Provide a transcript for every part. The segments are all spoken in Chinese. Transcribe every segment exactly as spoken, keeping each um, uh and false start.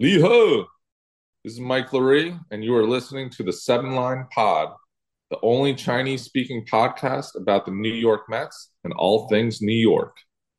Lee Ho! This is Mike Laree, and you are listening to the Seven Line Pod, the only Chinese speaking podcast about the New York Mets and all things New York.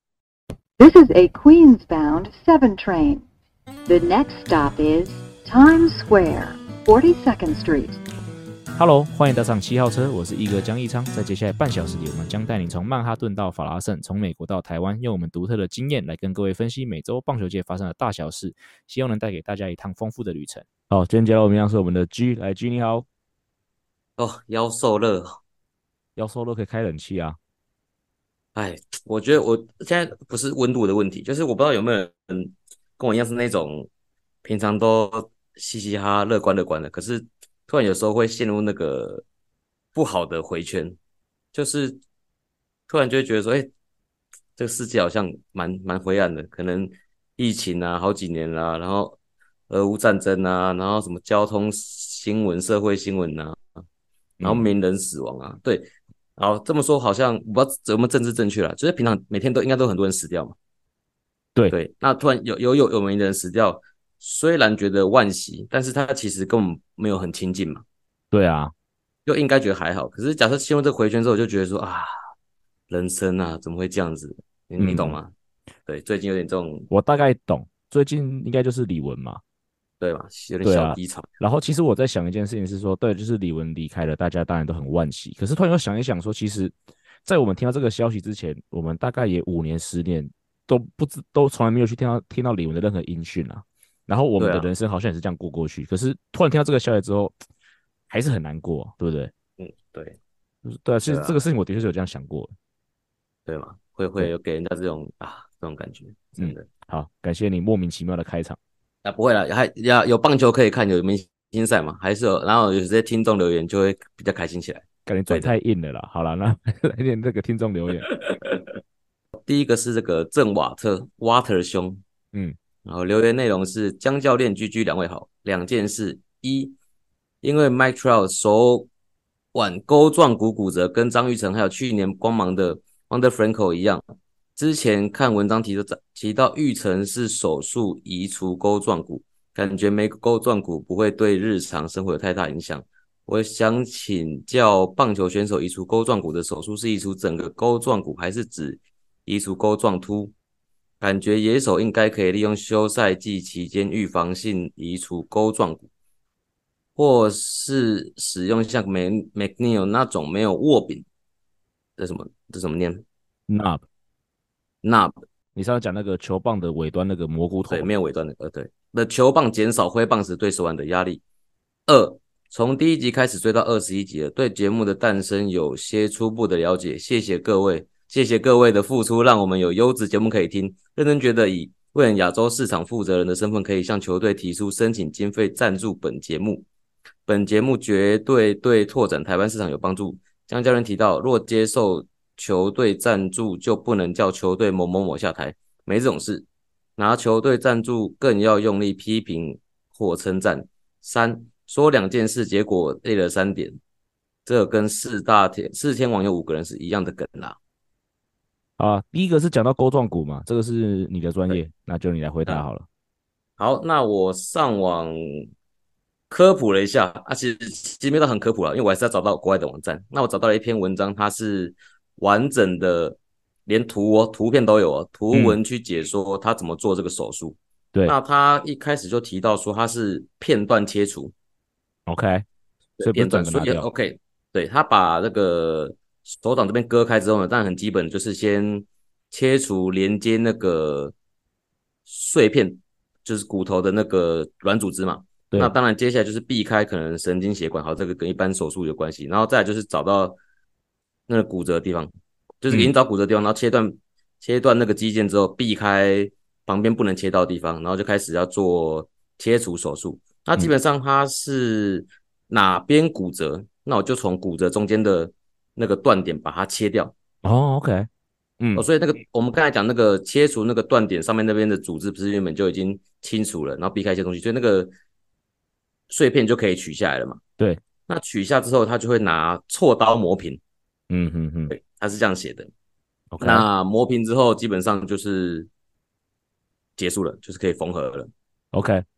This is a Queens-bound seven train. The next stop is Times Square, forty-second Street.Hello， 欢迎搭上七号车，我是一哥江一昌。在接下来半小时里，我们将带你从曼哈顿到法拉盛，从美国到台湾，用我们独特的经验来跟各位分析美洲棒球界发生的大小事，希望能带给大家一趟丰富的旅程。好，今天加入我们一样是我们的 G， 来 G 你好。 哦，腰受热， 腰受热可以开冷气啊。 哎，我觉得我现在不是温度的问题，就是我不知道有没有人跟我一样是那种平常都嘻嘻哈哈、乐观乐观的，可是突然有时候会陷入那个不好的回圈，就是突然就会觉得说，哎，这个世界好像蛮蛮灰暗的，可能疫情啊，好几年啦、啊，然后俄乌战争啊，然后什么交通新闻、社会新闻啊，然后名人死亡啊，嗯、对。好，这么说好像我不知道有没有政治正确啦，就是平常每天都应该都很多人死掉嘛。 对对，那突然有有有有名的人死掉，虽然觉得惋惜，但是他其实根本没有很亲近嘛。 对啊， 就应该觉得还好。可是假设进入这个回圈之后，我就觉得说啊，人生啊怎么会这样子？你、嗯、你懂吗？对，最近有点这种， 我大概懂。最近应该就是李玟嘛。 对吧？有点小低潮、啊。 然后其实我在想一件事情是说，对，就是李玟离开了，大家当然都很惋惜。可是突然又想一想说，其实，在我们听到这个消息之前，我们大概也五年、十年都不知，都从来没有去听到听到李玟的任何音讯啊。然后我们的人生好像也是这样过过去。啊、可是突然听到这个消息之后，还是很难过，对不对？ 嗯，对， 对啊，其实这个事情我的确是有这样想过， 对嘛？会会有给人家这种啊这种感觉，真的、嗯。 好，感谢你莫名其妙的开场。 啊，不会啦，还要有棒球可以看，有明星赛嘛，还是有，然后有些听众留言就会比较开心起来。 感觉转太硬了啦。好啦，那来点这个听众留言。 第一个是这个郑瓦特 Water 兄， 嗯， 然后留言内容是江教练居居两位好，两件事：一，因为 Mike Trout 手腕钩状骨骨折，跟张育成还有去年光芒的 Wander Franco 一样。之前看文章提到提到育成是手术移除钩状骨，感觉没钩状骨不会对日常生活有太大影响。我想请教棒球选手移除钩状骨的手术是移除整个钩状骨，还是只移除钩状突？感觉野手应该可以利用休赛季期间预防性移除钩状骨，或是使用像 McNeil 那种没有握柄，这什么这怎么念 ？Knob Knob， 你上次讲那个球棒的尾端那个蘑菇头， 对，没有尾端的，呃，对，的球棒减少挥棒时对手腕的压力。二，从第一集开始追到二十一集了，对节目的诞生有些初步的了解，谢谢各位，谢谢各位的付出，让我们有优质节目可以听。认真觉得以为亚洲市场负责人的身份，可以向球队提出申请经费赞助本节目，本节目绝对对拓展台湾市场有帮助。江教练提到，若接受球队赞助就不能叫球队某某某下台，没这种事。拿球队赞助更要用力批评或称赞。三，说两件事，结果列了三点，这跟四大天四天王有五个人是一样的梗啦。 啊，第一个是讲到钩状骨嘛，这个是你的专业，那就你来回答好了。嗯、 好，那我上网科普了一下啊，其实其实没有到很科普啦，因为我还是要找到国外的网站。那我找到了一篇文章，它是完整的，连图哦，图片都有哦，图文去解说他怎么做这个手术。 对、嗯， 那他一开始就提到说他是片段切除 ，OK， 所以不是整个拿掉。 所以 OK， 对，他把那个手掌这边割开之后呢，当然很基本，就是先切除连接那个碎片，就是骨头的那个软组织嘛。那当然，接下来就是避开可能神经血管，好，这个跟一般手术有关系。然后再来就是找到那个骨折的地方，就是引导骨折的地方，嗯、然后切断切断那个肌腱之后，避开旁边不能切到的地方，然后就开始要做切除手术。那基本上它是哪边骨折，嗯、那我就从骨折中间的那个断点把它切掉。 哦 ，OK， 嗯、 哦，所以那个我们刚才讲那个切除那个断点上面那边的组织，不是原本就已经清除了，然后避开一些东西，所以那个碎片就可以取下来了嘛。 对， 那取下之后，他就会拿锉刀磨平。 嗯哼哼， 对，他是这样写的。 Okay. 那磨平之后，基本上就是结束了，就是可以缝合了。 OK，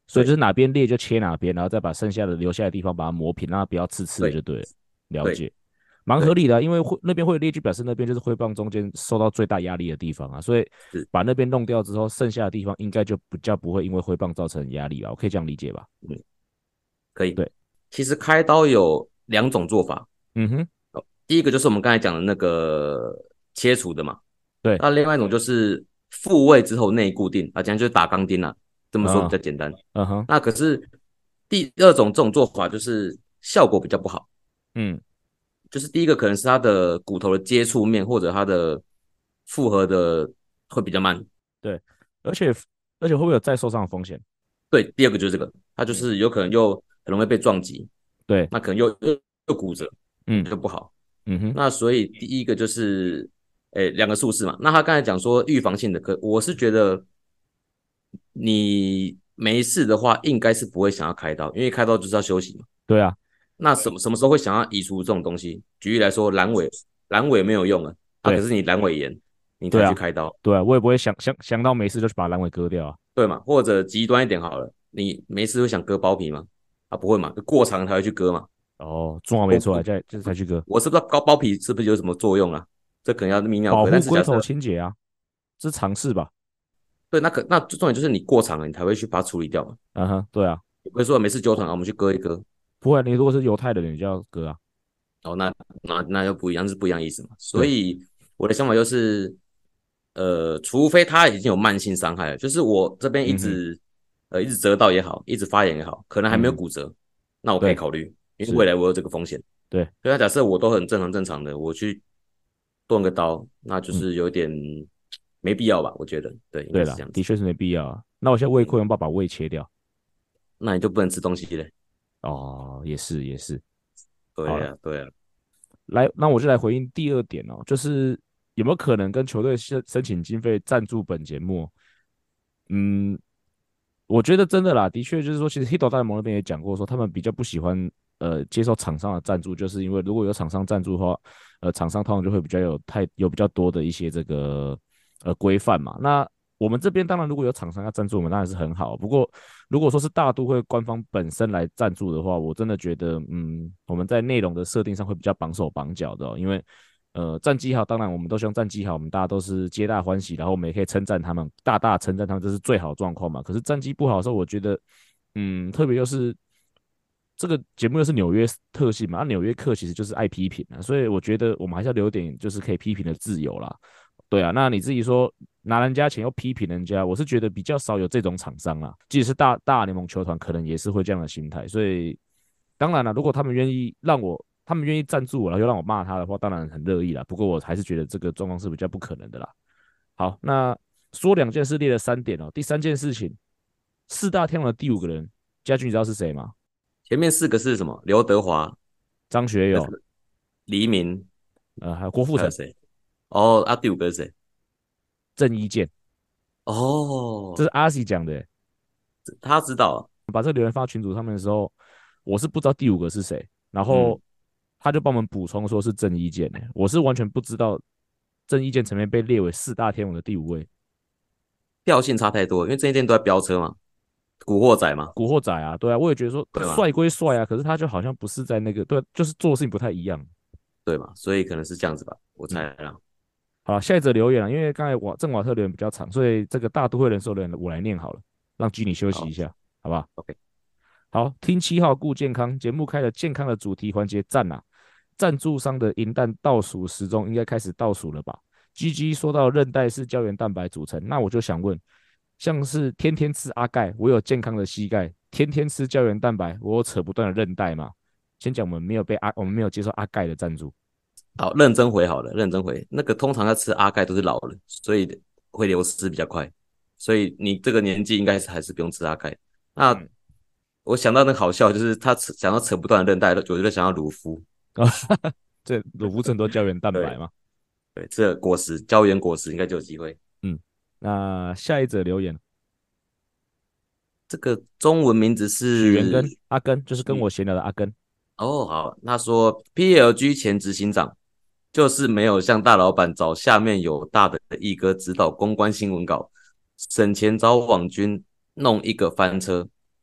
所以就是哪边裂就切哪边，然后再把剩下的留下的地方把它磨平，让它不要刺刺的就对了。了解，蛮合理的、啊，因为会那边会有裂，就表示那边就是挥棒中间受到最大压力的地方啊，所以把那边弄掉之后，剩下的地方应该就比较不会因为挥棒造成压力吧？我可以这样理解吧？ 嗯，可以。 对， 其实开刀有两种做法。 嗯哼， 第一个就是我们刚才讲的那个切除的嘛。 对。 那另外一种就是复位之后内固定啊，这样就是打钢钉啦、啊，这么说比较简单。 嗯哼。 那可是第二种这种做法就是效果比较不好。 嗯。 就是第一个可能是它的骨头的接触面或者它的复合的会比较慢。 对，而且而且会不会有再受伤的风险？ 对，第二个就是这个，它就是有可能又很容易被撞击。 对， 那可能又又又骨折， 嗯， 就不好。 嗯哼。 那所以第一个就是，诶，两个术式嘛。那他刚才讲说预防性的，可我是觉得你没事的话，应该是不会想要开刀，因为开刀就是要休息嘛。 对啊。 那什么什么时候会想要移除这种东西？举例来说，阑尾，阑尾没有用了，啊，可是你阑尾炎，你才去开刀。 对啊，对啊，我也不会想想想到没事就去把阑尾割掉啊。 对嘛？或者极端一点好了，你没事会想割包皮吗？啊，不会嘛，过长才会去割嘛。 哦，重要没错，再就是才去割。 我是不知道高包皮是不是有什么作用啊？这可能要泌尿科。 保护龟但是头清洁啊，这是常识吧？ 对，那可那重点就是你过长了，你才会去把它处理掉嘛。 嗯哼，对啊。 你不会说没事纠团啊，我们去割一割。 不会，你如果是犹太的人，你就要割啊。 哦，那那那又不一样，是不一样意思嘛。所以我的想法就是，呃，除非他已经有慢性伤害了，就是我这边一直、嗯、呃一直折到也好，一直发炎也好，可能还没有骨折，嗯、那我可以考虑，因为未来我有这个风险。 对， 所以假设我都很正常正常的，我去动个刀，那就是有点没必要吧？我觉得，对， 对了，的确是没必要啊。那我现在胃溃疡，把胃切掉， 那你就不能吃东西嘞。 哦，也是也是。 对啊，对啊。 来，那我就来回应第二点哦，就是有没有可能跟球队申申请经费赞助本节目？嗯，我觉得真的啦，的确就是说，其实 Hito 大联盟那边也讲过，说他们比较不喜欢呃接受厂商的赞助，就是因为如果有厂商赞助的话，呃，厂商通常就会比较有太有比较多的一些这个呃规范嘛。那我们这边当然如果有厂商要赞助我们，当然是很好。不过如果说是大都会官方本身来赞助的话，我真的觉得，嗯，我们在内容的设定上会比较绑手绑脚的、哦，因为呃战绩好，当然我们都希望战绩好，我们大家都是皆大欢喜，然后我们也可以称赞他们，大大称赞他们，这是最好的状况嘛。可是战绩不好的时候，我觉得，嗯，特别又是这个节目又是纽约特性嘛，啊，纽约客其实就是爱批评啊，所以我觉得我们还是要留点就是可以批评的自由啦。对啊，那你自己说拿人家钱又批评人家，我是觉得比较少有这种厂商啦。即使是大大联盟球团，可能也是会这样的心态。所以当然了，如果他们愿意让我，他们愿意赞助我，然后又让我骂他的话，当然很乐意啦。不过我还是觉得这个状况是比较不可能的啦。好，那说两件事列了三点哦。第三件事情，四大天王的第五个人，家俊你知道是谁吗？ 前面四个是什么？刘德华、 张学友、 黎明， 呃，还有郭富城。 谁？哦，啊，第五个是谁？ 郑伊健。 哦， 这是阿西讲的、欸， 他知道。 把这个留言发群组上面的时候，我是不知道第五个是谁，然后、嗯、他就帮我们补充说是郑伊健、欸，我是完全不知道郑伊健曾经被列为四大天王的第五位。 调性差太多，因为郑伊健都在飙车嘛，古惑仔嘛， 古惑仔啊，对啊，我也觉得说帅归帅啊，可是他就好像不是在那个，对，就是做的事情不太一样， 对嘛，所以可能是这样子吧，我猜啦。嗯、 好，下一则留言啊，因为刚才瓦郑瓦特留言比较长，所以这个大都会人寿留言我来念好了，让居你休息一下，好不好 ？OK。 好，听七号顾健康节目开了健康的主题环节赞啊！赞助商的银弹倒数时钟应该开始倒数了吧 ？G G 说到韧带是胶原蛋白组成，那我就想问，像是天天吃阿钙，我有健康的膝盖；天天吃胶原蛋白，我有扯不断的韧带吗？先讲我们没有被阿，我们没有接受阿钙的赞助。 好，认真回好了，认真回。那个通常要吃阿钙都是老了，所以会流失比较快，所以你这个年纪应该是还是不用吃阿钙。那、嗯我想到那个好笑，就是他想要扯不断的韧带，我觉得想要鲁夫。 这鲁夫很多胶原蛋白嘛？ 对，对，这果实胶原果实应该就有机会。 嗯，那下一则留言， 这个中文名字是许元根，阿根，就是跟我闲聊的阿根。 哦，好，他说 P L G 前执行长就是没有向大老板找下面有大的一哥指导公关新闻稿，省钱找网军弄一个翻车。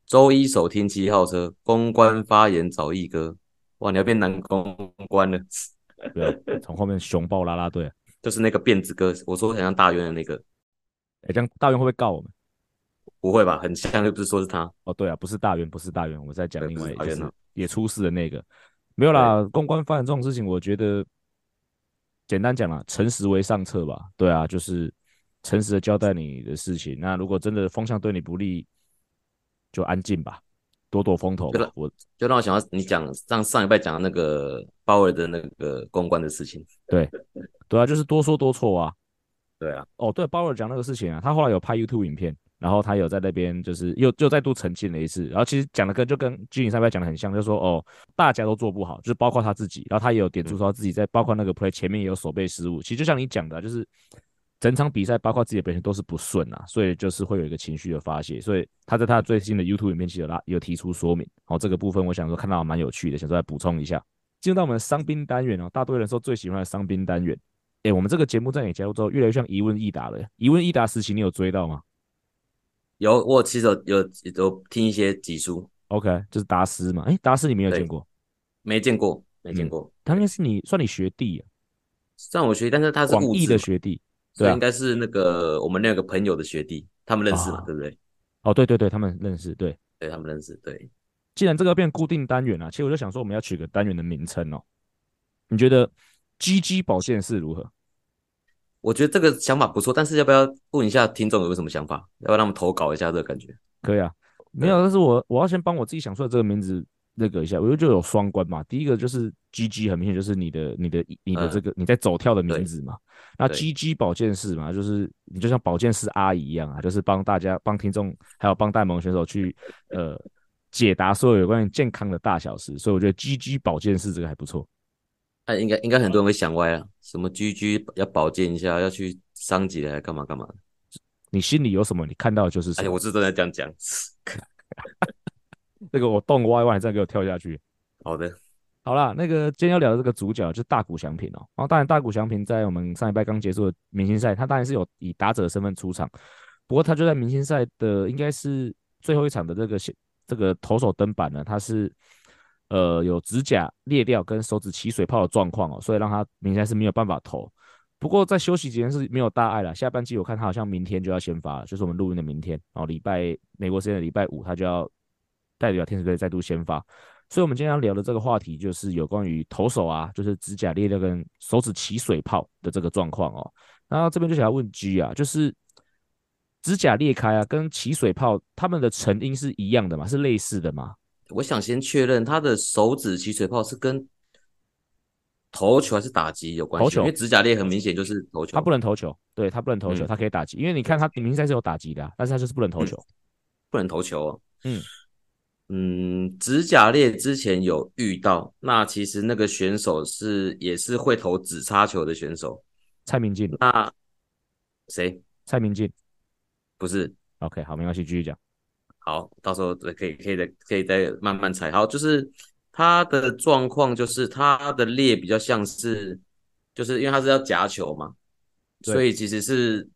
周一手听七号车，公关发言找一哥。哇，你要变男公关了。 不要从后面熊抱啦啦队、啊， 就是那个辫子哥，我说很像大渊的那个。 哎、欸，这样大渊会不会告我们？ 不会吧，很像，又不是说是他。 哦，对啊，不是大渊，不是大渊，我们在讲另外就是大渊、啊、 也出事的那个。没有啦，公关发言这种事情，我觉得简单讲啦，诚实为上策吧。对啊，就是诚实的交代你的事情。那如果真的风向对你不利，就安静吧，躲躲风头吧。我就让我想到你讲上上一拜讲的那个鲍尔的那个公关的事情。 对，对啊，就是多说多错啊。 对啊， 哦，对，鲍尔讲那个事情啊，他后来有拍 YouTube 影片，然后他有在那边就是又又再度澄清了一次，然后其实讲的跟就跟居里上拜讲的很像，就是说哦，大家都做不好，就是包括他自己，然后他也有点出说他自己在包括那个 play 前面也有手背失误，其实就像你讲的、啊，就是整场比赛包括自己的表现都是不顺啊，所以就是会有一个情绪的发泄，所以他在他最新的 YouTube 影片其实有拉有提出说明，好、哦，这个部分我想说看到蛮有趣的，想说来补充一下。进入到我们的伤兵单元哦，大多人说最喜欢的伤兵单元。哎，我们这个节目在你加入之后，越来越像疑问易答了。疑问易答时期，你有追到吗？ 有，我其实有有有听一些集数。 OK， 就是达斯嘛。哎，达斯你没有见过？ 没见过，没见过。 嗯、他应该是你算你学弟、啊， 算我学弟，但是他是广义物质的学弟，对所以啊， 应该是那个我们那个朋友的学弟，他们认识嘛， 啊， 对不对？ 哦，对对对，他们认识，对， 对他们认识，对。 既然这个变固定单元了、啊，其实我就想说，我们要取个单元的名称哦。你觉得 G G 保健室如何？ 我觉得这个想法不错，但是要不要问一下听众有没有什么想法？要不要让他们投稿一下这个感觉？ 可以啊，没有，但是我我要先帮我自己想出来这个名字那个一下，我就就有双关嘛。第一个就是 G G， 很明显就是你的你的你的这个、嗯、你在走跳的名字嘛。那 G G 保健室嘛，就是你就像保健室阿姨一样啊，就是帮大家帮听众还有帮戴蒙选手去呃解答所有有关于健康的大小事，所以我觉得 G G 保健室这个还不错。 那、啊、应该应该很多人会想歪了，什么 G G 要保健一下，要去伤及来干嘛干嘛的。 你心里有什么，你看到的就是什么。 哎，我是真的这样讲。 这个我动歪歪，你再给我跳下去。 好的， 好啦，那个今天要聊的这个主角就是大谷翔平哦。然后当然大谷翔平在我们上一拜刚结束的明星赛，他当然是有以打者的身份出场，不过他就在明星赛的应该是最后一场的这个这个投手登板呢，他是呃有指甲裂掉跟手指起水泡的状况哦，所以让他明星赛是没有办法投。不过在休息期间是没有大碍了，下半季我看他好像明天就要先发了，就是我们录音的明天哦，礼拜美国时间的礼拜五他就要代表天使队再度先发。所以，我们今天要聊的这个话题就是有关于投手啊，就是指甲裂掉跟手指起水泡的这个状况哦。然后这边就想要问 G 啊，就是指甲裂开啊，跟起水泡它们的成因是一样的吗？是类似的吗？ 我想先确认他的手指起水泡是跟投球还是打击有关系，因为指甲裂很明显就是投球， 他不能投球，对他不能投球，嗯、他可以打击，因为你看他明星赛是有打击的、啊，但是他就是不能投球， 嗯、不能投球哦。 嗯。 嗯，指甲裂之前有遇到，那其实那个选手是也是会投指叉球的选手， 蔡明进。 那谁？ 蔡明进不是 ？OK， 好，没关系，继续讲。 好，到时候可以可以再可以再慢慢猜。好，就是他的状况就是他的裂比较像是，就是因为他是要夹球嘛，所以其实是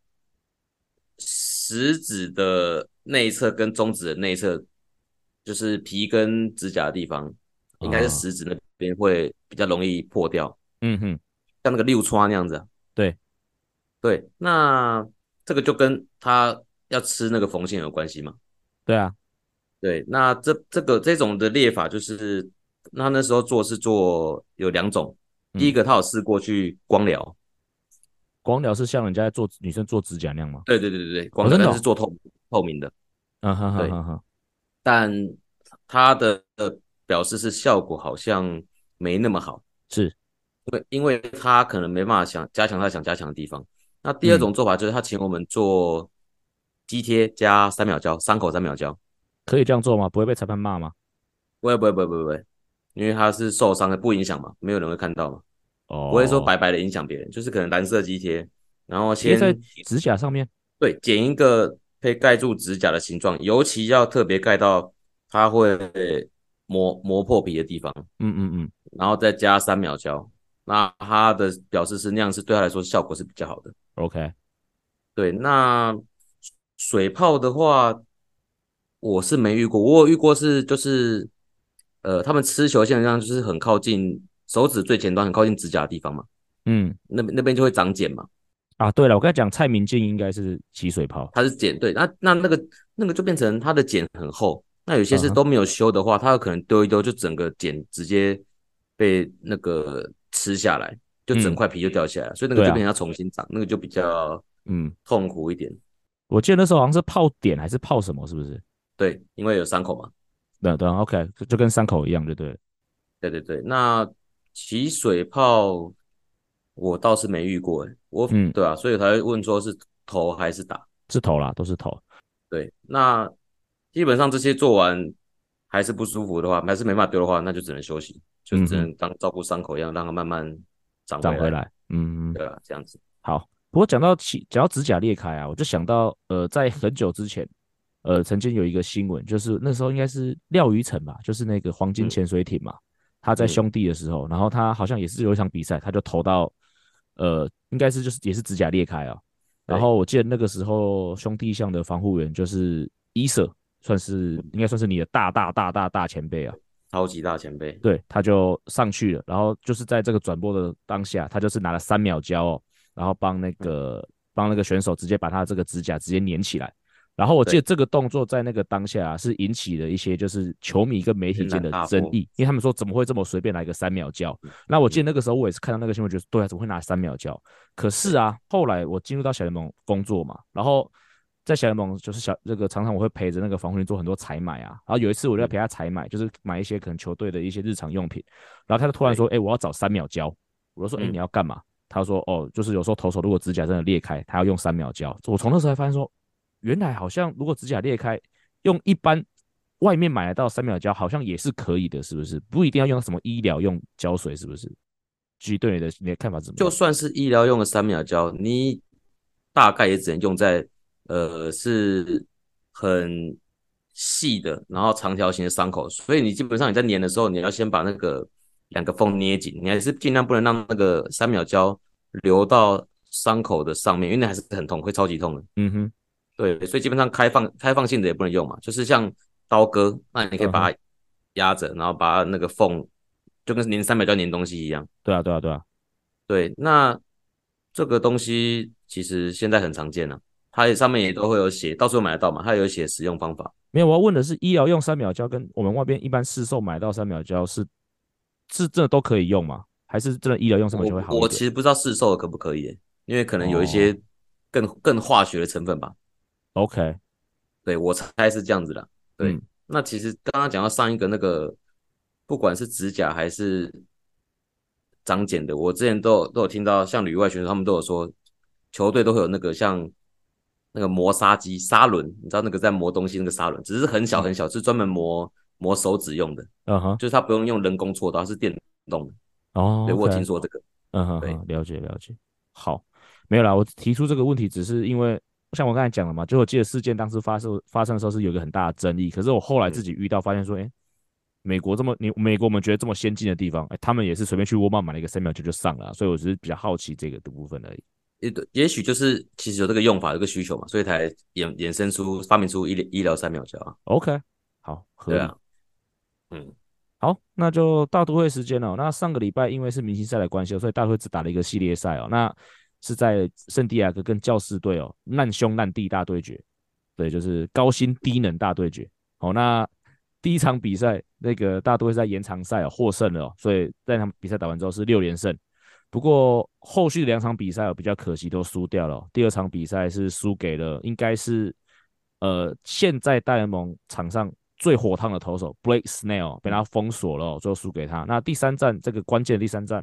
食指的内侧跟中指的内侧。就是皮跟指甲的地方，应该是食指那边会比较容易破掉。 嗯哼， 像那个六川那样子、啊。 对， 对，那这个就跟他要吃那个缝线有关系嘛？ 对啊， 对，那这这个这种的裂法就是，那那时候做是做有两种， 嗯、 第一个他有试过去光疗， 光疗是像人家在做女生做指甲那样吗？ 对对对对对，光疗、哦、但是做透透明的。 嗯哼哼哼哼。 但他的表示是效果好像没那么好， 是因为因为他可能没办法想加强他想加强的地方。那第二种做法就是他请我们做肌贴加三秒胶，伤口三秒胶， 可以这样做吗？不会被裁判骂吗？ 不会不会不会不会不会，因为他是受伤的，不影响嘛，没有人会看到嘛， 哦， 不会说白白的影响别人，就是可能蓝色肌贴，然后先贴在指甲上面， 对，剪一个可以盖住指甲的形状，尤其要特别盖到它会磨磨破皮的地方， 嗯嗯嗯， 然后再加三秒胶，那他的表示是那样是对他来说效果是比较好的。 OK， 对，那水泡的话， 我是没遇过，我有遇过是就是呃，他们吃球基本上就是很靠近手指最前端，很靠近指甲的地方嘛， 嗯， 那那边就会长茧嘛。 啊，对了，我刚才讲蔡明进应该是起水泡。 它是茧，对，那那那个那个就变成它的茧很厚，那有些嗯哼， 是都没有修的话，它有可能丢一丢，就整个茧直接被那个吃下来，就整嗯， 块皮就掉下来，所以那个对啊， 就变成要重新长，那个就比较嗯， 痛苦一点。 我记得那时候好像是泡点还是泡什么，是不是？ 对，因为有伤口嘛。 对对，OK，就跟伤口一样，对对了。 对对对，那起水泡我倒是没遇过，诶，我嗯， 对啊，所以才会问说是头还是打。 是头啦，都是头。 对，那基本上这些做完还是不舒服的话，还是没办法丢的话，那就只能休息，就嗯哼， 只能当照顾伤口一样，让它慢慢长回来。 长回来。嗯， 对啊，这样子。 好。不过讲到起讲到指甲裂开啊，我就想到呃，在很久之前，呃，曾经有一个新闻，就是那时候应该是廖宇成吧，就是那个黄金嗯潜水艇嘛，他在嗯， 兄弟的时候，然后他好像也是有一场比赛，他就投到呃，应该是就是也是指甲裂开啊。然对， 后我记得那个时候兄弟象的防护员就是伊瑟，算是应该算是你的大大大大大前辈啊。 超级大前辈。 对，他就上去了，然后就是在这个转播的当下，他就是拿了三秒胶哦，然后帮那嗯， 个帮那个选手直接把他的这个指甲直接粘起来。然后我记得对， 这个动作在那个当下、啊、是引起了一些就是球迷跟媒体轩然间的大波。 争议，因为他们说怎么会这么随便来个三秒胶？ 嗯那我记得嗯， 那个时候我也是看到那个新闻，觉得对啊，怎么会拿三秒胶？可是对， 啊，后来我进入到小联盟工作嘛，然后在小联盟就是小这个常常我会陪着那个防护员做很多采买啊，然后有一次我就在嗯陪他采买，就是买一些可能球队的一些日常用品，然后他就突然对， 说：“哎、欸，我要找三秒胶。”我就说：“哎、欸，你嗯， 要干嘛？”他说：“哦，就是有时候投手如果指甲真的裂开，他要用三秒胶。”我从那时候才发现说，原来好像如果指甲裂开，用一般外面买得到三秒胶好像也是可以的，是不是？不一定要用什么医疗用胶水，是不是？基于对你的你的看法怎么样？ 就算是医疗用的三秒胶，你大概也只能用在呃是很细的，然后长条形的伤口，所以你基本上你在粘的时候，你要先把那个两个缝捏紧，你还是尽量不能让那个三秒胶流到伤口的上面，因为那还是很痛，会超级痛的。 嗯哼， 对，所以基本上开放开放性的也不能用嘛，就是像刀割，那你可以嗯哼， 把它压着，然后把它那个缝就跟粘三秒胶粘东西一样。 对啊，对啊，对啊。 对，那这个东西其实现在很常见了，它也上面也都会有写，到处买得到嘛，它有写使用方法。 没有，我要问的是，医疗用三秒胶跟我们外边一般市售买到三秒胶是是真的都可以用吗？还是真的医疗用三秒我胶会好一点？ 我其实不知道市售的可不可以耶，因为可能有一哦些更更化学的成分吧。 ，OK， 对，我猜是这样子的。对， 嗯那其实刚刚讲到上一个那个，不管是指甲还是长茧的，我之前都有都有听到，像旅外选手他们都有说，球队都会有那个像那个磨砂机、砂轮，你知道那个在磨东西那个砂轮，只是很小嗯很小，是专门磨磨手指用的， 嗯哼， 就是它不用用人工锉刀，它是电动的。 哦对，我有听 ，OK， 说这个。对， 嗯哼哼，了解了解。好，没有啦，我提出这个问题只是因为像我刚才讲的嘛，就我记得事件当时发生发生的时候是有一个很大的争议，可是我后来自嗯， 己遇到发现说，哎，美国这么你美国我们觉得这么先进的地方，哎，他们也是随便去沃尔玛买了一个三秒就就上了啊，所以我只是比较好奇这个的部分而已。 也也许就是其实有这个用法，有这个需求嘛，所以才衍衍生出发明出医疗医疗三秒胶啊。 OK，好，合理。 对啊。嗯， 好，那就大都会时间哦。那上个礼拜因为是明星赛的关系哦，所以大都会只打了一个系列赛哦。那是在圣地亚哥跟教士队哦，难兄难弟大对决，对，就是高薪低能大对决。好，那第一场比赛那个大都会在延长赛哦获胜了哦，所以在那场比赛打完之后是六连胜。不过后续两场比赛哦比较可惜都输掉了哦。第二场比赛是输给了应该是呃现在大联盟场上最火烫的投手 Blake Snell 被他封锁了哦，最后输给他。那第三战这个关键的第三战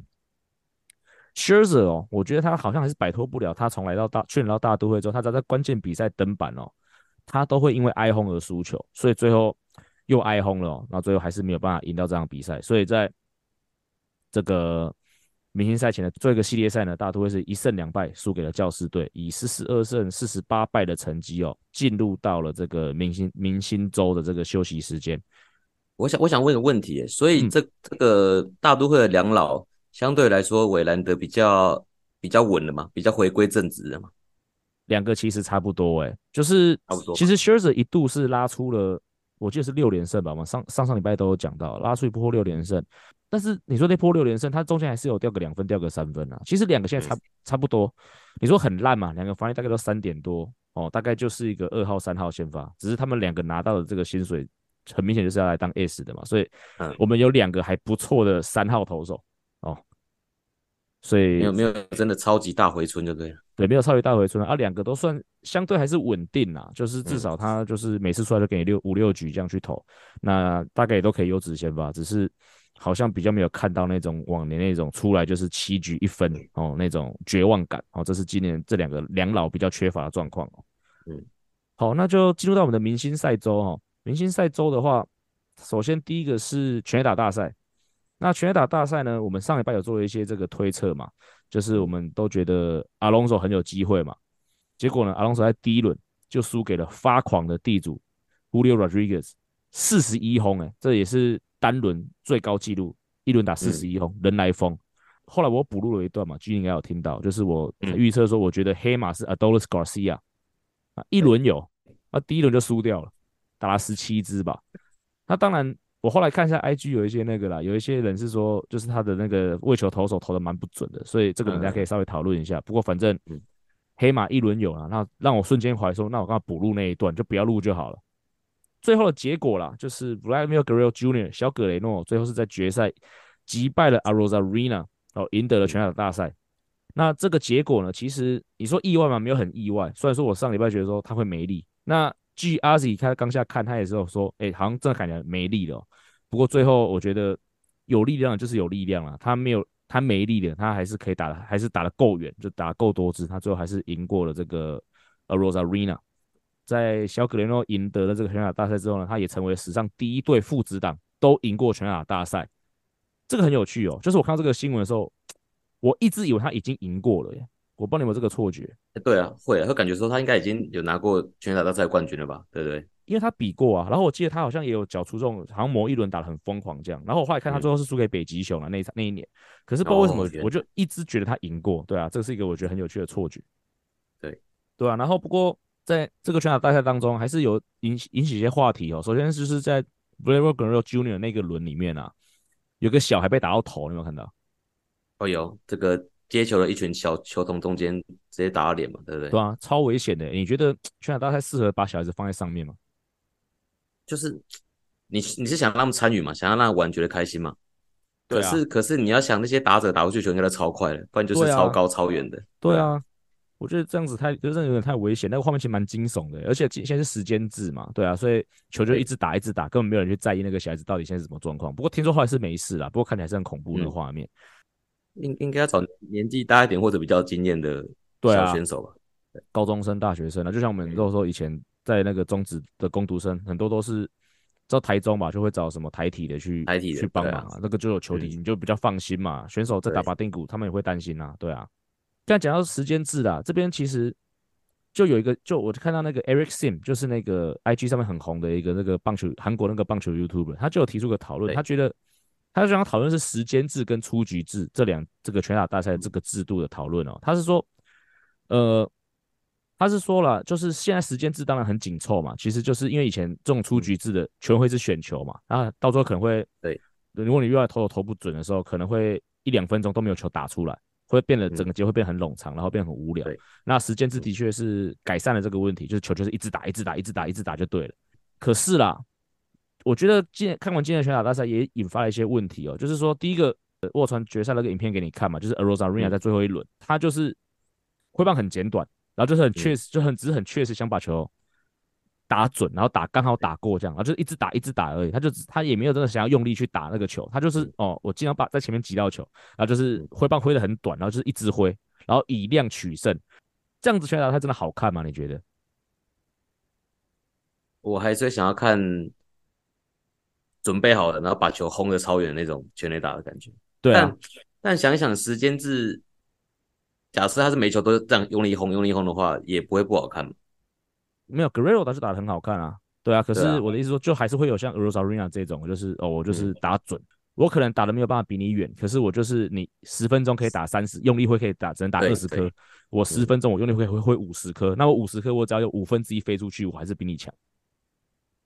Scherzer 哦，我觉得他好像还是摆脱不了他从来到大去年到大都会之后，他只要在关键比赛登板哦，他都会因为挨轰而输球，所以最后又挨轰了哦，然后最后还是没有办法赢到这场比赛，所以在这个明星赛前的最后一个系列赛呢，大都会是一胜两败输给了教士队，以四十二胜四十八败的成绩哦，进入到了这个明星明星周的这个休息时间。 我想我想问个问题，所以嗯， 这这个大都会的两老相对来说，韦兰德比较比较稳了嘛，比较回归正直了嘛， 两个其实差不多诶，就是差不多嘛。 其实 Scherzer 一度是拉出了我记得是六连胜吧，我们上上上礼拜都有讲到，拉出一波六连胜。但是你说那波六连胜，它中间还是有掉个两分，掉个三分啊。其实两个现在差、嗯、差不多。你说很烂嘛，两个防御大概都三点多哦，大概就是一个二号、三号先发，只是他们两个拿到的这个薪水，很明显就是要来当 S 的嘛，所以我们有两个还不错的三号投手哦，所以没有没有真的超级大回春就对了。 对，没有超级大回春啊，两个都算相对还是稳定啦，就是至少他就是每次出来就给你六五六局这样去投，那大概也都可以优质先发，只是好像比较没有看到那种往年那种出来就是七局一分哦那种绝望感哦，这是今年这两个两老比较缺乏的状况哦。嗯，好，那就进入到我们的明星赛周哦。明星赛周的话，首先第一个是全垒打大赛。那全垒打大赛呢，我们上礼拜有做了一些这个推测嘛，就是我们都觉得阿隆索很有机会嘛，结果呢，阿隆索在第一轮就输给了发狂的地主 Julio Rodriguez， 四十一轰，哎，这也是单轮最高纪录，一轮打四十一轰，嗯，人来疯。后来我补录了一段嘛 ，G 应该有听到，就是我预测说，我觉得黑马是 Adolis Garcia，啊，一轮有，那第一轮就输掉了，打了十七支吧。那当然。我后来看一下 I G 有一些那个啦，有一些人是说，就是他的那个为球投手投的蛮不准的，所以这个我们大家可以稍微讨论一下。不过反正黑马一轮有了，那让我瞬间怀疑说，那我刚刚补录那一段就不要录就好了。最后的结果啦，就是 Vladimir Guerrero Junior 小葛雷诺最后是在决赛击败了 Arozarena， 哦，赢得了全垒打大赛。那这个结果呢，其实你说意外吗？没有很意外。虽然说我上礼拜觉得说他会没力，那据阿 Z 他刚下看，他也是有说，哎、欸，好像真的感觉没力了、哦。不过最后我觉得有力量就是有力量了，他没有他没力的，他还是可以打的，还是打得够远，就打得够多支，他最后还是赢过了这个 Arozarena。在小葛雷诺赢得了这个全垒打大赛之后呢，他也成为史上第一对父子党都赢过全垒打大赛。这个很有趣哦，就是我看到这个新闻的时候，我一直以为他已经赢过了耶，我不知道你有没有这个错觉。 对啊，会啊，会感觉说他应该已经有拿过全垒打大赛冠军了吧，对不对？ 因为他比过啊，然后我记得他好像也有缴出这种，好像某一轮打得很疯狂这样。然后我后来看他最后是输给北极熊了、嗯、那一那一年，可是不知道为什么我就一直觉得他赢过，对啊，这是一个我觉得很有趣的错觉。 对， 对啊，然后不过在这个全垒打大赛当中，还是有引引起一些话题哦。首先就是在 Vladimir Guerrero Junior 那个轮里面啊，有个小孩被打到头，你有没有看到？ 哦，有这个接球的一群小球童中间直接打到脸嘛，对不对？ 对啊，超危险的。你觉得全垒打大赛适合把小孩子放在上面吗？ 就是你你是想让他们参与嘛，想要让玩觉得开心嘛？可是、啊、可是你要想那些打者打过去球应该都超快的，不然就是超高、啊、超远的。 对啊，我觉得这样子太就是有点太危险，那个画面其实蛮惊悚的，而且现在是时间制嘛，对啊，所以球就一直打一直打，根本没有人去在意那个小孩子到底现在是什么状况。不过听说后来是没事啦，不过看起来是很恐怖那个画面。 应、嗯、应该要找年纪大一点或者比较经验的小选手吧， 对啊，高中生、大学生啊，就像我们都说以前在那个中职的工读生，很多都是。到台中吧，就会找什么台体的去台体的去帮忙啊，啊那个就有球体、嗯，你就比较放心嘛。选手在打拔定鼓，他们也会担心啊，对啊。刚才讲到时间制啦，这边其实就有一个，就我看到那个 Eric Sim， 就是那个 I G 上面很红的一个那个棒球韩国那个棒球 YouTuber， 他就有提出个讨论，他觉得他就想讨论是时间制跟出局制这两这个全打大赛这个制度的讨论哦。他是说，呃。他是说了，就是现在时间制当然很紧凑嘛，其实就是因为以前这种出局制的全会是选球嘛，然后到最后可能会， 对， 如果你遇到投手投不准的时候，可能会一两分钟都没有球打出来，会变得整个节会变很冗长，然后变得很无聊。那时间制的确是改善了这个问题，就是球就是一直打，一直打，一直打，一直打就对了。可是啦，我觉得今看完今天的全打大赛也引发了一些问题哦，就是说第一个，我传决赛那个影片给你看嘛，就是 Arozarena 在最后一轮，他就是挥棒很简短。然后就是很确实，就很只是很确实想把球打准，然后打刚好打过这样，然后就一直打一直打而已。他就他也没有真的想要用力去打那个球，他就是哦，我尽量把在前面击到球，然后就是挥棒挥得很短，然后就是一直挥，然后以量取胜。这样子全打他真的好看吗？你觉得？ 我还是想要看准备好了，然后把球轰得超远的那种全垒打的感觉。 对啊， 但但想一想时间制。假设他是每球都这样用力轰用力轰的话，也不会不好看。 没有 Guerrero 他是打得很好看啊，对啊。可是我的意思说，就还是会有像 Arozarena 这种，就是哦，我就是打准，嗯、我可能打的没有办法比你远，可是我就是你十分钟可以打三十，用力挥可以打，只能打二十颗。我十分钟我用力挥会挥五十颗，那我五十颗我只要有五分之一飞出去，我还是比你强。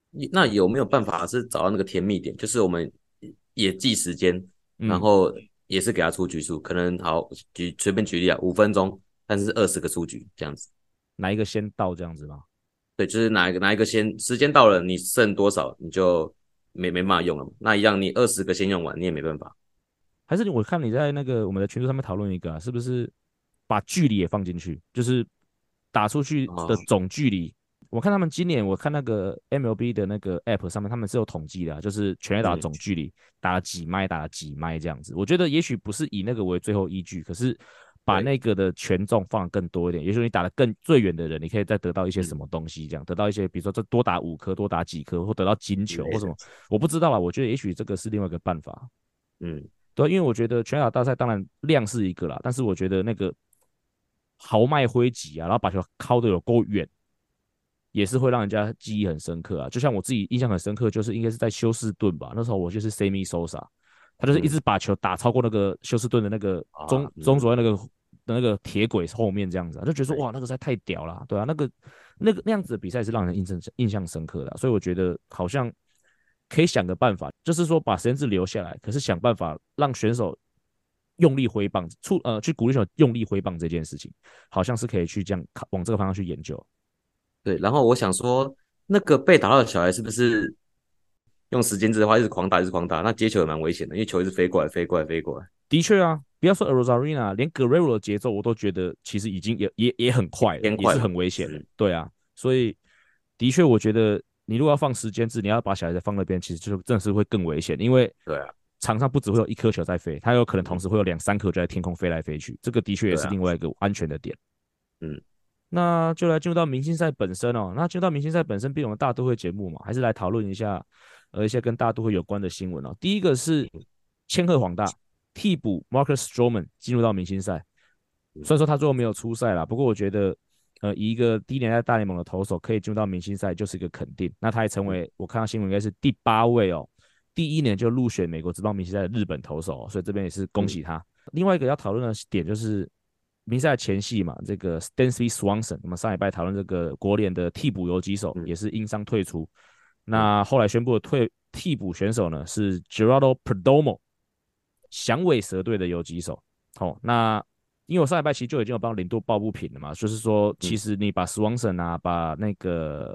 那有没有办法是找到那个甜蜜点？就是我们也计时间，然嗯， 后也是给他出局数，可能好举随便举例啊，五分钟，但是二十个出局这样子。 哪一个先到这样子吗？ 对，就是哪一个哪一个先时间到了，你剩多少你就没没办法用了嘛。那一样，你二十个先用完，你也没办法。 还是我看你在那个我们的群组上面讨论一个、啊，是不是把距离也放进去，就是打出去的哦， 总距离？我看他们今年，我看那个 M L B 的那个 App 上面，他们是有统计的、啊，就是全垒打嗯， 总距离打了几迈，打了几迈这样子。我觉得也许不是以那个为最后依据，可是把对， 那个的权重放得更多一点，也许你打得更最远的人，你可以再得到一些什嗯么东西，这样得到一些，比如说这多打五颗，多打几颗，或得到金之类的， 球或什么，我不知道啊。我觉得也许这个是另外一个办法。 嗯， 对，因为我觉得全垒打大赛当然量是一个啦，但是我觉得那个豪迈挥击啊，然后把球敲得有够远，也是会让人家记忆很深刻啊。就像我自己印象很深刻，就是应该是在休斯顿吧，那时候我就是 Sammy Sosa，他就是一嗯， 直把球打超过那个休斯顿的那个中啊，嗯， 中左右那个那个铁轨后面这样子啊，就觉得说对， 哇，那个实在太屌了啊，对啊，那个那个那样子的比赛是让人印象印象深刻的啊，所以我觉得好像可以想个办法，就是说把实验制留下来，可是想办法让选手用力挥棒，出呃去鼓励选手用力挥棒这件事情，好像是可以去这样往这个方向去研究。 对。然后我想说，那个被打到的小孩是不是用时间制的话，一直狂打，一直狂打，那接球也蛮危险的，因为球一直飞过来，飞过来，飞过来。 的确啊，不要说 Rosarina，连 Guerrero 的节奏我都觉得其实已经也也也很快了，也是偏快嘛， 很危险的。 嗯， 对啊，所以的确我觉得你如果要放时间制，你要把小孩子放那边，其实就真的是会更危险，因为对啊， 场上不只会有一颗球在飞，它有可能同嗯， 时会有两三颗就在天空飞来飞去，这个的确也对啊， 是另外一个安全的点。 嗯， 那就来进入到明星赛本身哦。那进入到明星赛本身，毕竟我们大都会节目嘛，还是来讨论一下呃一些跟大都会有关的新闻哦。第一个是千鹤晃大替补 Marcus Stroman 进入到明星赛，虽然说他最后没有出赛啦，不过我觉得呃以一个第一年在大联盟的投手可以进入到明星赛就是一个肯定。那他也成为我看到新闻应该是第八位哦，第一年就入选美国职棒明星赛的日本投手哦，所以这边也是恭喜他。另外一个要讨论的点就是明赛前夕嘛，这个 Stansby Swanson，我们上礼拜讨论这个国联的替补游击手也是因伤退出，那后来宣布的退替补选手呢是 Gerardo Perdomo，响尾蛇队的游击手。好、哦，那因为我上礼拜其实就已经有帮领度抱不平了嘛，就是说其实你把 Swanson 啊，把那个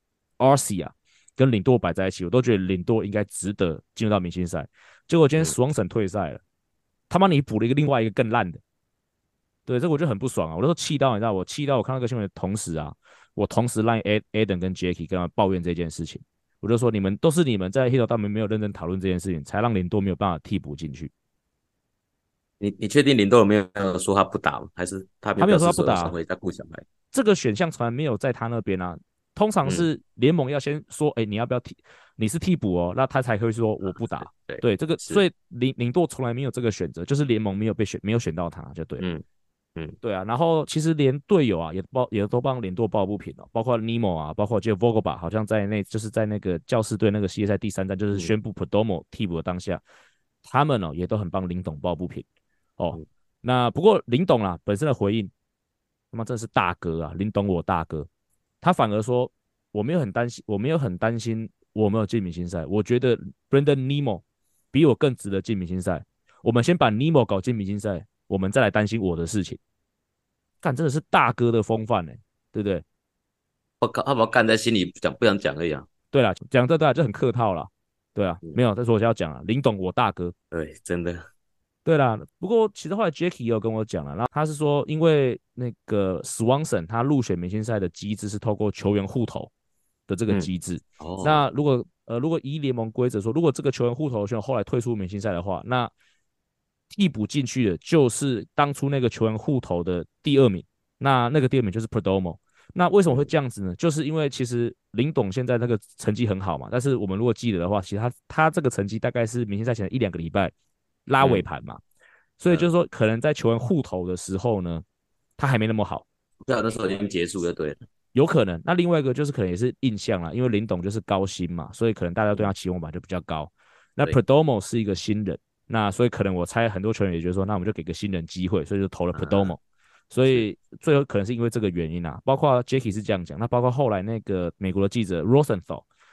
Arcia 啊跟领舵摆在一起，我都觉得领舵应该值得进入到明星赛。结果今天 Swanson 退赛了，他妈你补了一个另外一个更烂的，对，这个我就很不爽啊！我都气到你知道，我气到我看到这个新闻的同时啊，我同时让 Adam 跟 Jackie 跟他抱怨这件事情，我就说你们都是你们在 Hito 他们没有认真讨论这件事情，才让林多没有办法替补进去。 你你确定林豆有没有说他不打吗？还是他没他没有有表示说他不打啊， 说想回家顾小孩？ 这个选项从来没有在他那边啊。通常嗯， 是联盟要先说，哎，你要不要替？你是替补哦，那他才会说我不打。 对， 对，这个所是， 以林林多从来没有这个选择，就是联盟没有被选，没有选到他就对了。 嗯嗯对啊，然后其实连队友啊也包也都帮联队抱不平哦，包括 Nemo 啊，包括就 Vogelbach，好像在那就是在那个教士队那个系列赛第三站，就是嗯宣布 Perdomo 替补的当下，他们哦也都很帮林董抱不平哦。 嗯， 那不过林董啊本身的回应，他妈真的是大哥啊，林董我大哥，他反而说我没有很担心，我没有很担心我没有进明星赛，我觉得 Brandon Nemo 比我更值得进明星赛，我们先把 Nemo 搞进明星赛，我们再来担心我的事情。干真的是大哥的风范呢、欸对不对？ 我靠，他把干在心里讲，不想讲而已啊。 对啦，讲这对啊，就很客套啦。对啊， 嗯， 没有，但是我就要讲了，林董我大哥。 对，真的， 对啦，不过其实后来 Jackie 也有跟我讲了，然后他是说，因为那个 Swanson 他入选明星赛的机制是透过球员互投的这个嗯， 机制。 哦， 那如果呃如果依联盟规则说，如果这个球员互投的选手后来退出明星赛的话，那替补进去的就是当初那个球员互投的第二名，那那个第二名就是 Perdomo。那为什么会嗯这样子呢？就是因为其实林董现在那个成绩很好嘛，但是我们如果记得的话，其实他他这个成绩大概是明星赛前的一两个礼拜拉尾嗯盘嘛，所以就是说可能在球员互投的时候呢，他还没那么好， 对啊，那时候已经结束了，对了， 有可能。那另外一个就是可能也是印象啦，因为林董就是高薪嘛，所以可能大家对他期望版就比较高。那对， Perdomo 是一个新人，那所以可能我猜很多球员也觉得说，那我们就给个新人机会，所以就投了 Perdomo。 啊， 所是， 以最后可能是因为这个原因啊，包括 Jackie 是这样讲，那包括后来那个美国的记者 Rosenthal，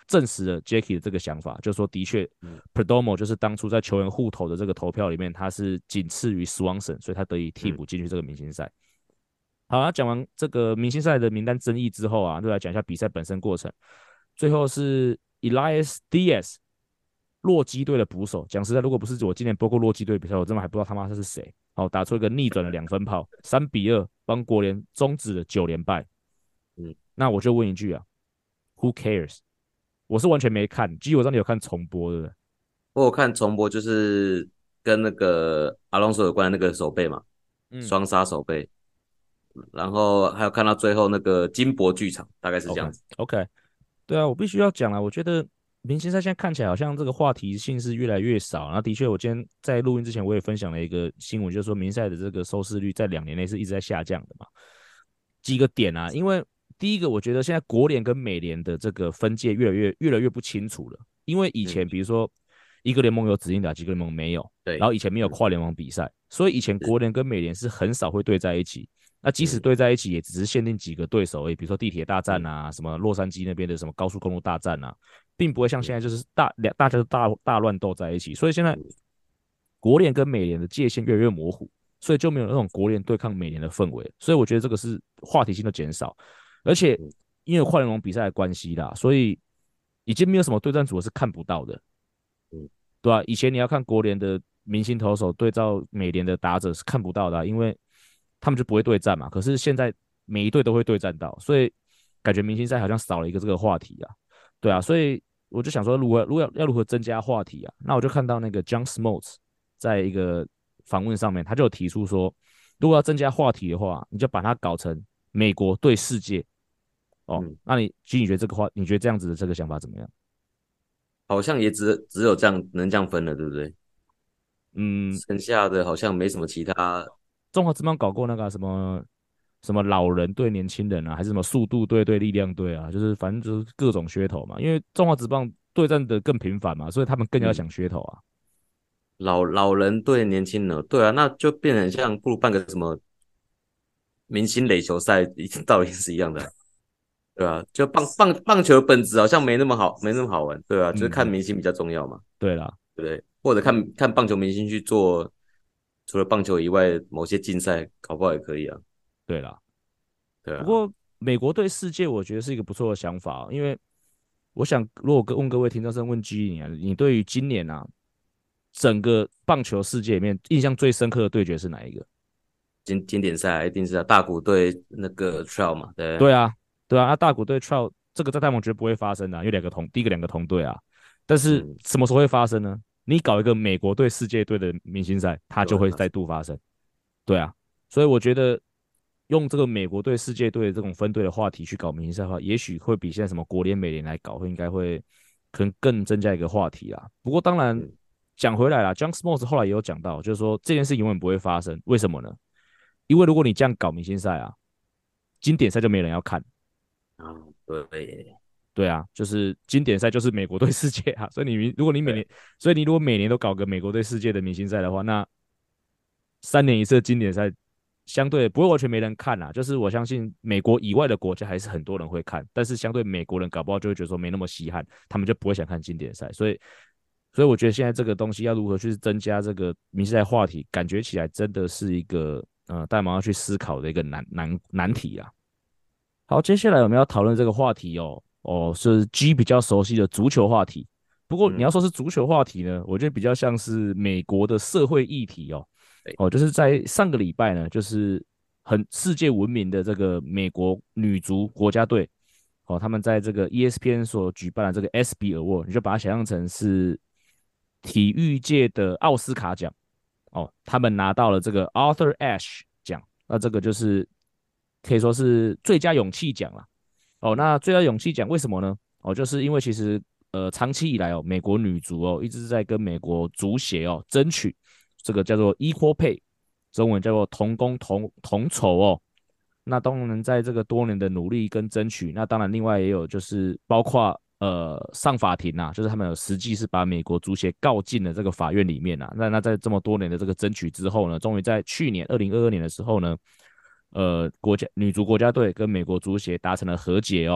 证实了 Jackie 的这个想法，就是说的确 Perdomo 就是当初在球员户头的这个投票里面，他是仅次于 Swanson， 所以他得以替补进去这个明星赛。好，那讲完这个明星赛的名单争议之后啊，就来讲一下比赛本身过程。最后是 Elias Diaz， 洛基队的捕手。讲实在，如果不是我今年播过洛基队比赛，我真的还不知道他妈他是谁。好，打出一个逆转的两分炮，三比二帮国联终止了九连败。嗯，那我就问一句啊 ，Who cares？ 我是完全没看，基本上你有看重播对不对？ 我有看重播，就是跟那个阿隆索有关的那个手背嘛，双、嗯、杀手背。然后还有看到最后那个金箔剧场，大概是这样子。 OK，, okay. 对啊，我必须要讲了，我觉得明星赛现在看起来好像这个话题性是越来越少。然后的确，我今天在录音之前我也分享了一个新闻，就是说明星赛的这个收视率在两年内是一直在下降的嘛。几个点啊，因为第一个，我觉得现在国联跟美联的这个分界越来越越来越不清楚了。因为以前比如说一个联盟有指定打击，一个联盟没有，对，然后以前没有跨联盟比赛，所以以前国联跟美联是很少会对在一起。那即使对在一起，也只是限定几个对手而已，比如说地铁大战啊，什么洛杉矶那边的什么高速公路大战啊，并不会像现在就是大大家都大大乱斗在一起。所以现在国联跟美联的界限越来越模糊，所以就没有那种国联对抗美联的氛围。所以我觉得这个是话题性的减少，而且因为跨联盟比赛的关系啦，所以已经没有什么对战组合是看不到的，对吧、啊？以前你要看国联的明星投手对照美联的打者是看不到的、啊，因为他们就不会对战嘛，可是现在每一队都会对战到，所以感觉明星赛好像少了一个这个话题啊，对啊，所以我就想说，如果如果 要, 要如何增加话题啊？那我就看到那个 John Smoltz 在一个访问上面，他就有提出说，如果要增加话题的话，你就把它搞成美国对世界哦。嗯、那你其实你觉得这个话，你觉得这样子的这个想法怎么样？ 好像也只只有这样能这样分了，对不对？ 嗯， 剩下的好像没什么其他。 中华职棒搞过那个什么什么老人对年轻人啊，还是什么速度队对力量队啊，就是反正就是各种噱头嘛。因为中华职棒对战的更频繁嘛，所以他们更要想噱头啊。 嗯、老老人对年轻人，对啊，那就变成像不如办个什么明星垒球赛，道理是一样的，对啊，就棒棒棒球本质好像没那么好，没那么好玩，对啊，就是看明星比较重要嘛。 嗯、对啦， 对不对？或者看看棒球明星去做。除了棒球以外，某些竞赛搞不好也可以啊。 对啦， 对啊。 不过美国对世界，我觉得是一个不错的想法，因为我想，如果问各位听众生问 G 你啊，你对于今年啊整个棒球世界里面印象最深刻的对决是哪一个？ 经经典赛一定是、啊、大谷对那个 Trout 嘛，对。 对啊，对啊，那大谷对 Trout 这个在大盟绝对不会发生的、啊，因为两个同第一个两个同队啊，但是什么时候会发生呢？你搞一个美国队世界队的明星赛，它就会再度发生。对啊，所以我觉得用这个美国队世界队这种分队的话题去搞明星赛的话，也许会比现在什么国联美联来搞，会应该会可能更增加一个话题啦。不过当然讲回来啦 ，John Smoltz 后来也有讲到，就是说这件事永远不会发生，为什么呢？因为如果你这样搞明星赛啊，经典赛就没人要看。 啊，对。 对啊，就是经典赛就是美国队世界啊，所以你如果你每年，所以你如果每年都搞个美国队世界的明星赛的话，那三年一次的经典赛相对不会完全没人看啦。就是我相信美国以外的国家还是很多人会看，但是相对美国人搞不好就会觉得说没那么稀罕，他们就不会想看经典赛。所以，所以我觉得现在这个东西要如何去增加这个明星赛话题，感觉起来真的是一个呃大毛要去思考的一个难难难题啊。好，接下来我们要讨论这个话题哦。哦，是 G 比较熟悉的足球话题。不过你要说是足球话题呢，嗯、我觉得比较像是美国的社会议题哦。哦，就是在上个礼拜呢，就是很世界闻名的这个美国女足国家队，哦，他们在这个 E S P N 所举办的这个 S B Award， 你就把它想象成是体育界的奥斯卡奖。哦，他们拿到了这个 Arthur Ashe 奖，那这个就是可以说是最佳勇气奖啦。哦，那最佳勇气奖为什么呢？哦，就是因为其实呃长期以来哦，美国女足哦一直在跟美国足协哦争取这个叫做 equal pay， 中文叫做同工同同酬哦。那当然在这个多年的努力跟争取，那当然另外也有就是包括呃上法庭啊，就是他们有实际是把美国足协告进了这个法院里面啊。那那在这么多年的这个争取之后呢，终于在去年二零二二年的时候呢。呃，国家女足国家队跟美国足协达成了和解哦，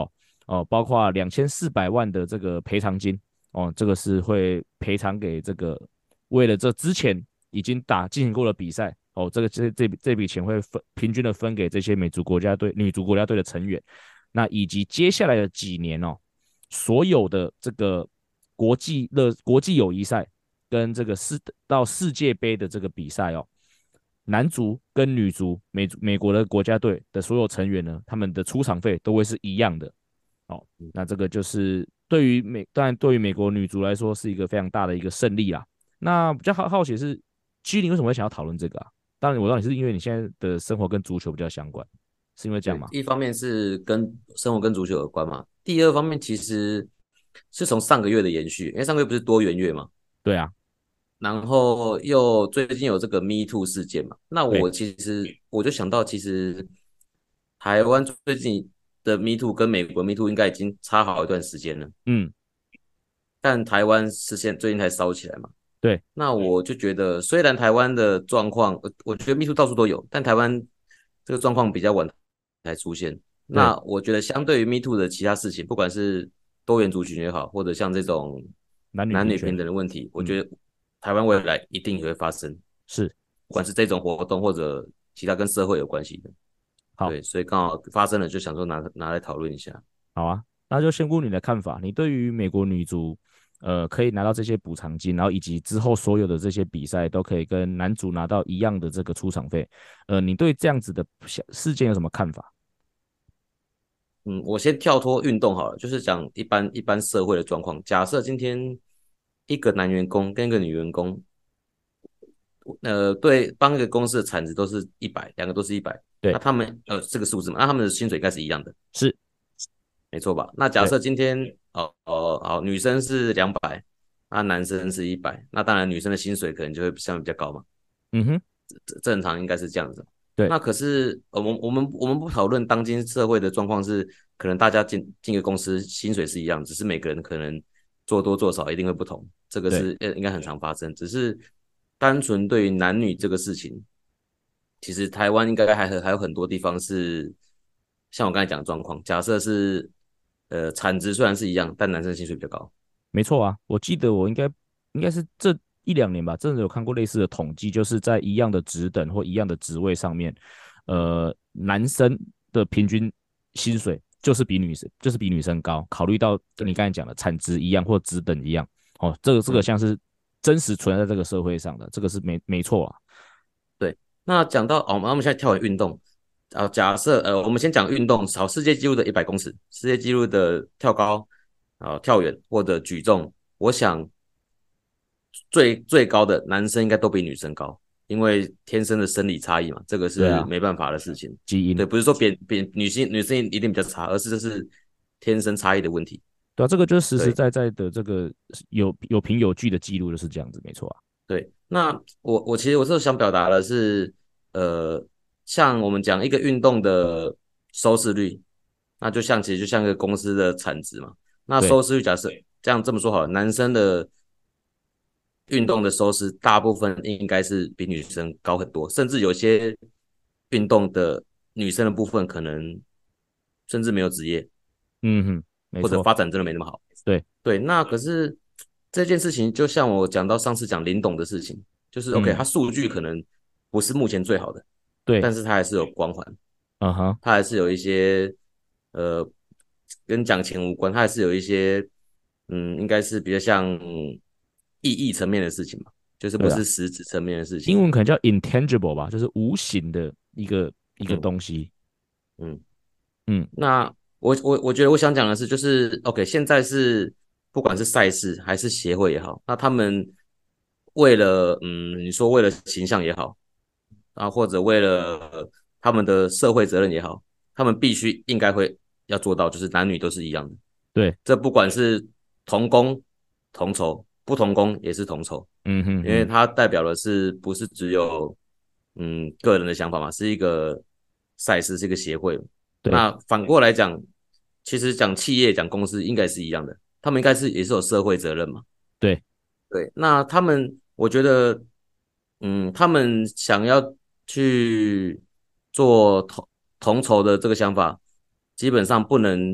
哦，包括两千四百万的这个赔偿金哦，这个是会赔偿给这个为了这之前已经打进行过的比赛哦，这个这这这笔钱会分平均的分给这些美足国家队、女足国家队的成员，那以及接下来的几年哦，所有的这个国际乐国际友谊赛跟这个世到世界杯的这个比赛哦。男足跟女足美美国的国家队的所有成员呢，他们的出场费都会是一样的。哦，那这个就是对于美，当然对于美国女足来说是一个非常大的一个胜利啦。那比较好好奇的是，居林为什么会想要讨论这个啊？当然我知道你是因为你现在的生活跟足球比较相关，是因为这样吗？ 一方面是跟生活跟足球有关嘛，第二方面其实是从上个月的延续，因为上个月不是多元月嘛， 对啊， 然后又最近有这个 Me Too 事件嘛，那我对， 其实我就想到，其实台湾最近的 Me Too 跟美国 Me Too 应该已经差好一段时间了， 嗯， 但台湾是现最近才烧起来嘛， 对， 那我就觉得，虽然台湾的状况，我觉得 Me Too 到处都有，但台湾这个状况比较晚才出现。 对， 那我觉得，相对于 Me Too 的其他事情，不管是多元族群也好，或者像这种男女平权， 男女平等的问题，我嗯， 觉得台湾未来一定也会发生， 是， 不管是这种活动或者其他跟社会有关系的。 好， 对，所以刚好发生了，就想说拿拿来讨论一下。 好啊，那就先顾你的看法，你对于美国女足，呃，可以拿到这些补偿金，然后以及之后所有的这些比赛都可以跟男足拿到一样的这个出场费，呃，你对这样子的事件有什么看法？ 嗯，我先跳脱运动好了，就是讲一般一般社会的状况。假设今天一个男员工跟一个女员工，呃，对，帮一个公司的产值都是一百，两个都是一百，那对， 他们呃这个数字嘛，那他们的薪水应该是一样的， 是， 没错吧？那假对， 设今天哦哦好，女生是两百，那男生是一百，那当然女生的薪水可能就会相对比较高嘛。 嗯哼， 正常应该是这样子。 对， 那可是，呃，我我们我们不讨论当今社会的状况是，可能大家进进个公司薪水是一样，只是每个人可能做多做少一定会不同，这个对， 是呃应该很常发生。只是单纯对于男女这个事情，其实台湾应该还还有很多地方是像我刚才讲的状况。假设是呃产值虽然是一样，但男生薪水比较高。 没错啊，我记得我应该应该是这一两年吧，真的有看过类似的统计，就是在一样的职等或一样的职位上面，呃，男生的平均薪水就是比女生就是比女生高。考虑到你刚才讲的产值一样或职等一样，哦，这个这个嗯， 像是真实存在在这个社会上的，这个是没没错啊。 对。那讲到哦，我们现在跳回运动。啊，假设呃，我们先讲运动，好，世界纪录的一百公尺，世界纪录的跳高，啊，跳远或者举重，我想最最高的男生应该都比女生高，因为天生的生理差异嘛，这个对啊， 是没办法的事情。对， 基因， 不是说别别女性女生一定比较差，而是这是天生差异的问题。 对啊，这个就是实实对在在的这个有有凭有据的记录就是这样子，没错啊。 对，那我我其实我是想表达的是，呃，像我们讲一个运动的收视率，那就像其实就像一个公司的产值嘛。那对， 收视率假设这样这么说好了，男生的运动的收视大部分应该是比女生高很多，甚至有些运动的女生的部分可能甚至没有职业， 嗯哼，没错， 或者发展真的没那么好。 对， 对，那可是这件事情，就像我讲到上次讲林董的事情，就是 OK， 嗯， 他数据可能不是目前最好的， 对， 但是他还是有光环， 嗯哼， 他还是有一些呃跟奖钱无关，他还是有一些嗯，应该是比较像意义层面的事情嘛，就是不对啊。 是实质层面的事情。 英文可能叫 intangible 吧，就是无形的一个一个嗯东西。 嗯。 嗯， 那我我我觉得我想讲的是，就是 OK，现在是不管是赛事还是协会也好，那他们为了嗯，你说为了形象也好啊，或者为了他们的社会责任也好，他们必须应该会要做到，就是男女都是一样的。 对， 这不管是同工同酬，不同工也是同酬， 嗯哼哼， 因为它代表的是不是只有嗯个人的想法嘛，是一个赛事，是一个协会。 对那反过来讲，其实讲企业、讲公司应该是一样的，他们应该是也是有社会责任嘛。 对， 对，那他们我觉得，嗯，他们想要去做同同酬的这个想法，基本上不能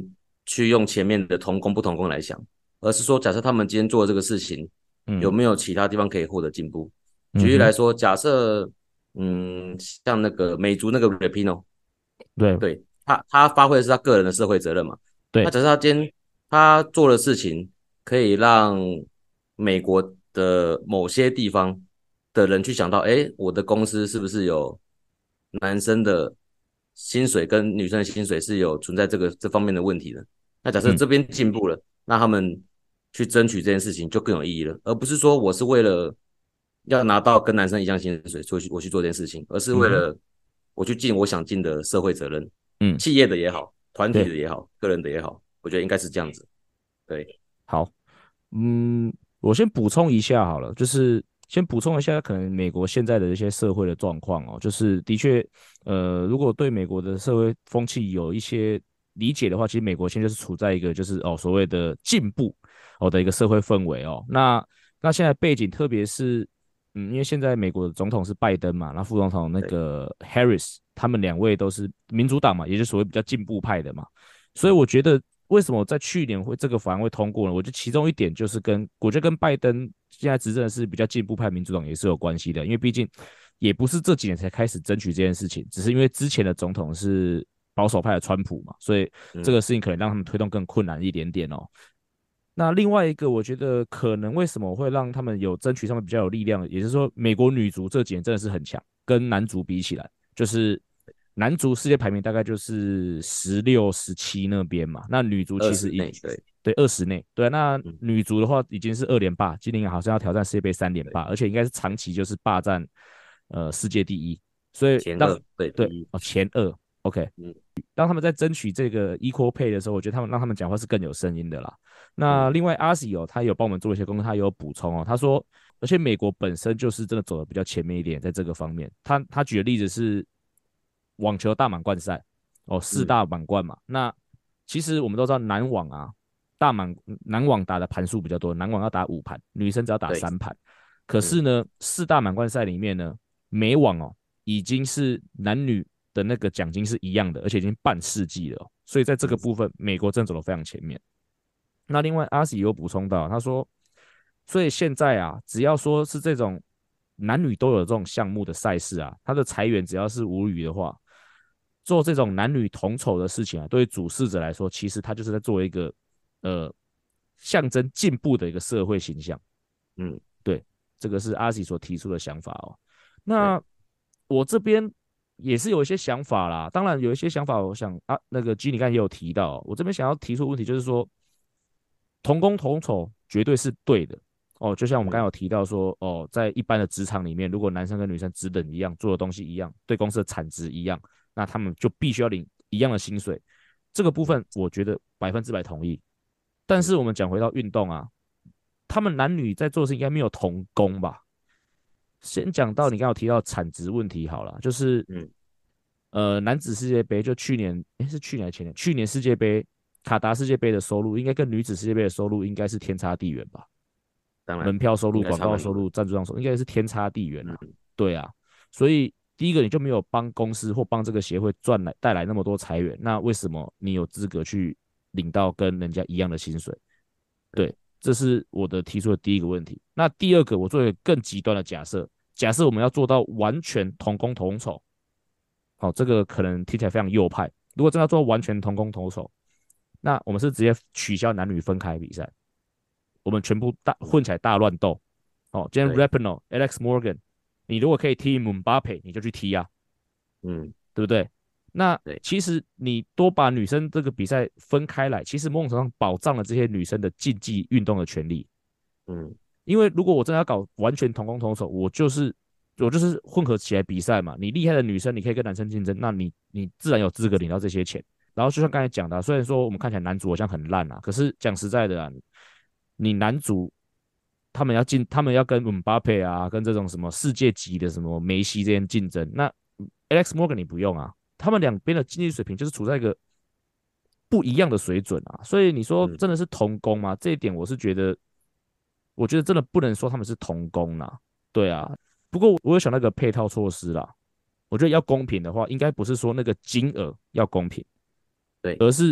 去用前面的同工不同工来想，而是说假设他们今天做的这个事情，嗯、有没有其他地方可以获得进步？举例来说，假设嗯，像那个美族那个 Rapino， 对对他他发挥的是他个人的社会责任嘛。 对， 那假设他今天他做的事情可以让美国的某些地方的人去想到，哎，我的公司是不是有男生的薪水跟女生的薪水是有存在这个这方面的问题的？那假设这边进步了，嗯、那他们去争取这件事情就更有意义了，而不是说我是为了要拿到跟男生一样薪水，所以我去做这件事情，而是为了我去尽我想尽的社会责任，嗯，企业的也好，团体的也好，个人的也好，我觉得应该是这样子。对， 好，嗯，我先补充一下好了，就是先补充一下可能美国现在的一些社会的状况哦，就是的确，呃，如果对美国的社会风气有一些理解的话，其实美国现在就是处在一个就是哦所谓的进步哦的一个社会氛围哦。那那现在背景，特别是嗯，因为现在美国的总统是拜登嘛，那副总统那个 Harris， 他们两位都是民主党嘛，也就是所谓比较进步派的嘛，所以我觉得为什么在去年会这个法案会通过呢？我觉得其中一点就是跟我觉得跟拜登现在执政的是比较进步派民主党也是有关系的，因为毕竟也不是这几年才开始争取这件事情，只是因为之前的总统是保守派的川普嘛，所以这个事情可能让他们推动更困难一点点哦。那另外一个，我觉得可能为什么会让他们有争取上面比较有力量，也就是说，美国女足这几年真的是很强，跟男足比起来，就是男足世界排名大概就是十六、十七那边嘛，那女足其实已对对二十内，对、啊，那女足的话已经是二连霸，今年好像要挑战世界杯三连霸，而且应该是长期就是霸占呃世界第一，所以前二对对哦前二 ，OK，嗯。当他们在争取这个 equal pay 的时候，我觉得他们让他们讲话是更有声音的啦。那另外阿喜哦，他有帮我们做一些功课，他有补充哦。他说，而且美国本身就是真的走的比较前面一点，在这个方面。他他举的例子是网球大满贯赛哦，四大满贯嘛。嗯、那其实我们都知道男网啊，大满男网打的盘数比较多，男网要打五盘，女生只要打三盘。可是呢，嗯、四大满贯赛里面呢，美网哦已经是男女的那个奖金是一样的，而且已经半世纪了、哦，所以在这个部分，美国真的走得非常前面。那另外阿喜有补充到，他说，所以现在啊，只要说是这种男女都有这种项目的赛事啊，他的裁员只要是无语的话，做这种男女同酬的事情啊，对于主事者来说，其实他就是在做一个呃象征进步的一个社会形象。嗯，对，这个是阿喜所提出的想法哦。那我这边也是有一些想法啦，当然有一些想法，我想啊，那个 G 你刚才也有提到、哦，我这边想要提出的问题就是说，同工同酬绝对是对的哦，就像我们刚才有提到说，哦，在一般的职场里面，如果男生跟女生职等一样，做的东西一样，对公司的产值一样，那他们就必须要领一样的薪水。这个部分我觉得百分之百同意。但是我们讲回到运动啊，他们男女在做的事应该没有同工吧？先讲到你刚刚有提到产值问题好了，就是，嗯，呃，男子世界杯就去年，诶，是去年还是前年？去年世界杯卡达世界杯的收入，应该跟女子世界杯的收入应该是天差地远吧？当然，门票收入、广告收入、赞助商收入，应该是天差地远啊。嗯、对啊，所以第一个你就没有帮公司或帮这个协会赚来带来那么多财源，那为什么你有资格去领到跟人家一样的薪水？对。这是我的提出的第一个问题。那第二个，我做一个更极端的假设，假设我们要做到完全同工同酬，好，这个可能听起来非常右派。如果真的要做完全同工同酬，那我们是直接取消男女分开比赛，我们全部大混起来大乱斗。哦，今天 Rapinoe、Alex Morgan， 你如果可以踢 Mbappe， 你就去踢啊，嗯，对不对？那其实你多把女生这个比赛分开来，其实某种程度上保障了这些女生的竞技运动的权利。嗯，因为如果我真的要搞完全同工同酬，我就是我就是混合起来比赛嘛。你厉害的女生，你可以跟男生竞争，那你你自然有资格领到这些钱。然后就像刚才讲的、啊，虽然说我们看起来男足好像很烂啊，可是讲实在的啊，你男足他们要进，他们要跟 Mbappe 啊，跟这种什么世界级的什么梅西这些竞争，那 Alex Morgan 你不用啊。他们两边的经济水平就是处在一个不一样的水准啊，所以你说真的是同工吗？嗯、这一点我是觉得，我觉得真的不能说他们是同工啦，对啊。不过我有想到一个配套措施啦，我觉得要公平的话，应该不是说那个金额要公平，对，而是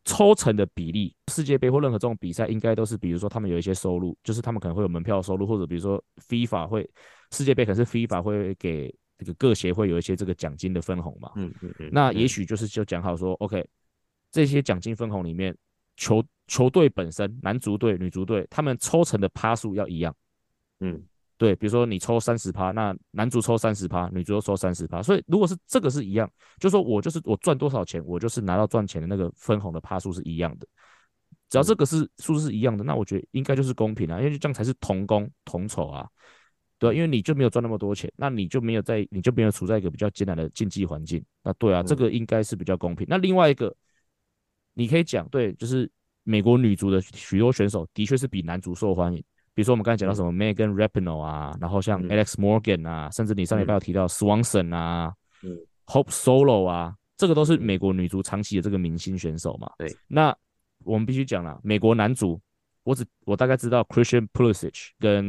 抽成的比例，世界杯或任何这种比赛，应该都是比如说他们有一些收入，就是他们可能会有门票收入，或者比如说 FIFA 会世界杯可能是 FIFA 会给这个各协会有一些这个奖金的分红嘛。 嗯嗯嗯。 那也许就是就讲好说 ，OK， 这些奖金分红里面，球球队本身，男足队、女足队，他们抽成的趴数要一样。 嗯。 对，比如说你抽三十趴，那男足抽三十趴，女足抽三十趴，所以如果是这个是一样，就说我就是我赚多少钱，我就是拿到赚钱的那个分红的趴数是一样的，只要这个是数字是一样的，那我觉得应该就是公平啊，因为这样才是同工同酬啊，对啊，因为你就没有赚那么多钱，那你就没有在你就没有处在一个比较艰难的竞技环境，那对啊，这个应该是比较公平。那另外一个你可以讲，对，就是美国女足的许多选手的确是比男足受欢迎。比如说我们刚才讲到什么 Megan Rapinoe 啊，然后像 Alex Morgan 啊，甚至你上礼拜有提到 Swanson 啊，嗯，Hope Solo 啊，这个都是美国女足长期的这个明星选手嘛。 对， 那我们必须讲了，美国男足，我只我大概知道 Christian Pulisic 跟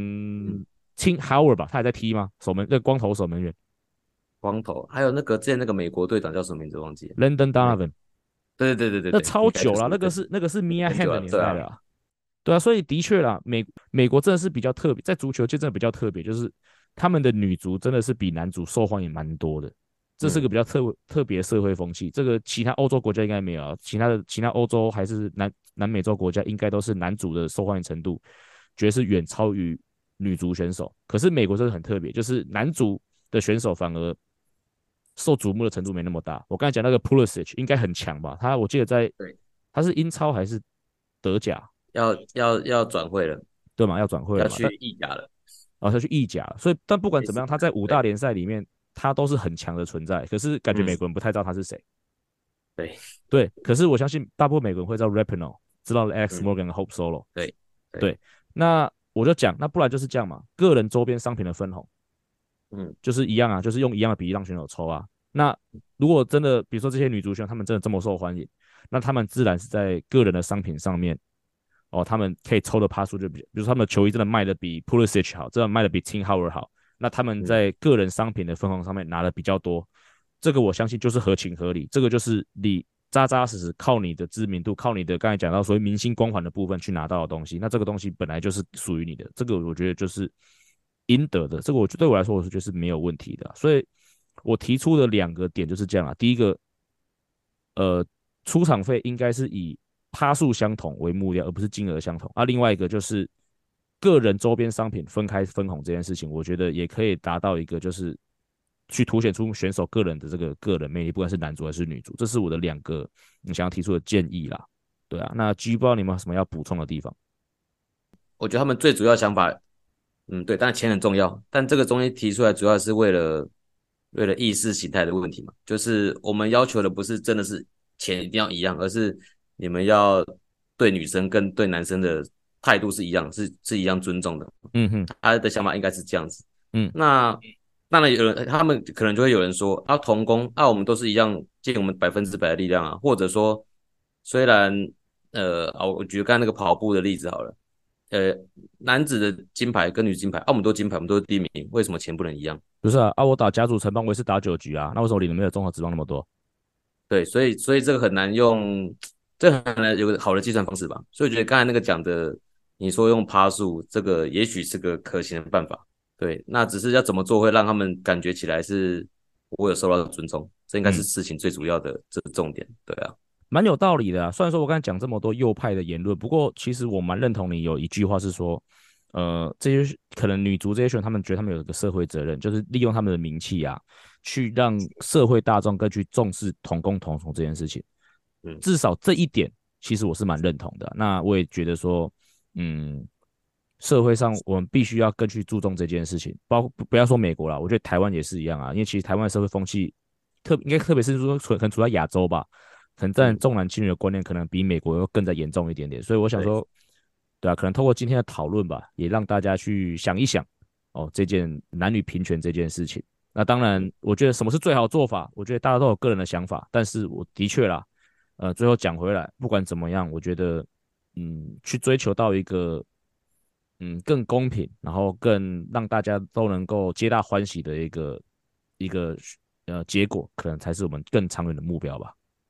Tim Howard 吧，他还在踢吗？守门那光头守门员， 光头，还有那个之前那个美国队长叫什么名字忘记了 ，Landon Donovan。 对对对对对， 那超久了，那个是那个是 Mia Hamm 的年代了。对啊，所以的确啦，美美国真的是比较特别，在足球界真的比较特别，就是他们的女足真的是比男足受欢迎蛮多的，这是个比较特、嗯、特别社会风气。这个其他欧洲国家应该没有啊，其他的其他欧洲还是南南美洲国家应该都是男足的受欢迎程度，觉得是远超于女足选手。可是美国真的很特别，就是男足的选手反而受瞩目的程度没那么大。我刚才讲那个 Pulisic 应该很强吧？他我记得在他是英超还是德甲？ 要要要转会了， 对嘛？要转会了嘛？ 要去意甲了， 哦，他去意甲了。所以，但不管怎么样，他在五大联赛里面，他都是很强的存在。可是，感觉美国人不太知道他是谁。 对对，可是我相信大部分美国人会知道 Rapinoe， 知道 Alex Morgan 和 Hope Solo。 对对，那我就讲，那不然就是这样嘛，个人周边商品的分红，嗯，就是一样啊，就是用一样的比例让选手抽啊。那如果真的，比如说这些女足选手，她们真的这么受欢迎，那她们自然是在个人的商品上面。哦，他们可以抽的趴数就比，比如说他们的球衣真的卖的比 Pulisic 好，真的卖的比 Tim Howard 好，那他们在个人商品的分红上面拿的比较多，这个我相信就是合情合理，这个就是你扎扎实实靠你的知名度，靠你的刚才讲到所谓明星光环的部分去拿到的东西，那这个东西本来就是属于你的，这个我觉得就是应得的，这个我对我来说我觉得是没有问题的，所以我提出的两个点就是这样啊，第一个，呃，出场费应该是以趴数相同为目标，而不是金额相同。啊，另外一个就是个人周边商品分开分红这件事情，我觉得也可以达到一个就是去凸显出选手个人的这个个人魅力，不管是男足还是女足，这是我的两个你想要提出的建议啦。对啊，那 G 不知道你们有什么要补充的地方？ 我觉得他们最主要想法，嗯，对，当然钱很重要，但这个东西提出来主要是为了为了意识形态的问题嘛，就是我们要求的不是真的是钱一定要一样，而是你们要对女生跟对男生的态度是一样，是是一样尊重的。 嗯哼， 他的想法应该是这样子。 嗯， 那当然有人，他们可能就会有人说，啊，同工，啊，我们都是一样，尽我们百分之百的力量啊，或者说，虽然，呃，啊，我举刚才那个跑步的例子好了，呃，男子的金牌跟女子金牌，啊，我们都金牌，我们都是第一名，为什么钱不能一样？ 不是啊，啊，我打甲组城邦，我也是打九局啊，那为什么你们没有综合职棒那么多？ 对，所以所以这个很难用，这个很难有个好的计算方式吧。所以我觉得刚才那个讲的，你说用趴数，这个也许是个可行的办法。对，那只是要怎么做会让他们感觉起来是我有受到尊重，这应该是事情最主要的这个重点。对啊， 蛮有道理的啊。虽然说我刚才讲这么多右派的言论，不过其实我蛮认同你有一句话是说，呃，这些可能女足这些选手，他们觉得他们有一个社会责任，就是利用他们的名气啊，去让社会大众更去重视同工同酬这件事情。嗯，至少这一点，其实我是蛮认同的。那我也觉得说，嗯，社会上我们必须要更去注重这件事情。包括不要说美国啦，我觉得台湾也是一样啊。因为其实台湾的社会风气，特应该特别是说可能处在亚洲吧，可能在重男轻女的观念可能比美国又更加严重一点点。所以我想说，对啊，可能透过今天的讨论吧，也让大家去想一想哦，这件男女平权这件事情。那当然，我觉得什么是最好的做法，我觉得大家都有个人的想法，但是我的确啦，呃，最后讲回来，不管怎么样，我觉得，嗯，去追求到一个，嗯，更公平，然后更让大家都能够皆大欢喜的一个一个呃结果，可能才是我们更长远的目标吧。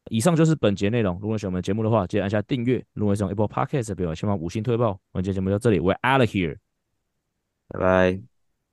以上就是本节内容。如果喜欢我们节目的话，记得按下订阅。如果是用 Apple Podcast 的朋友，希望五星推爆。我们今天节目到这里，We're out of here， 拜拜。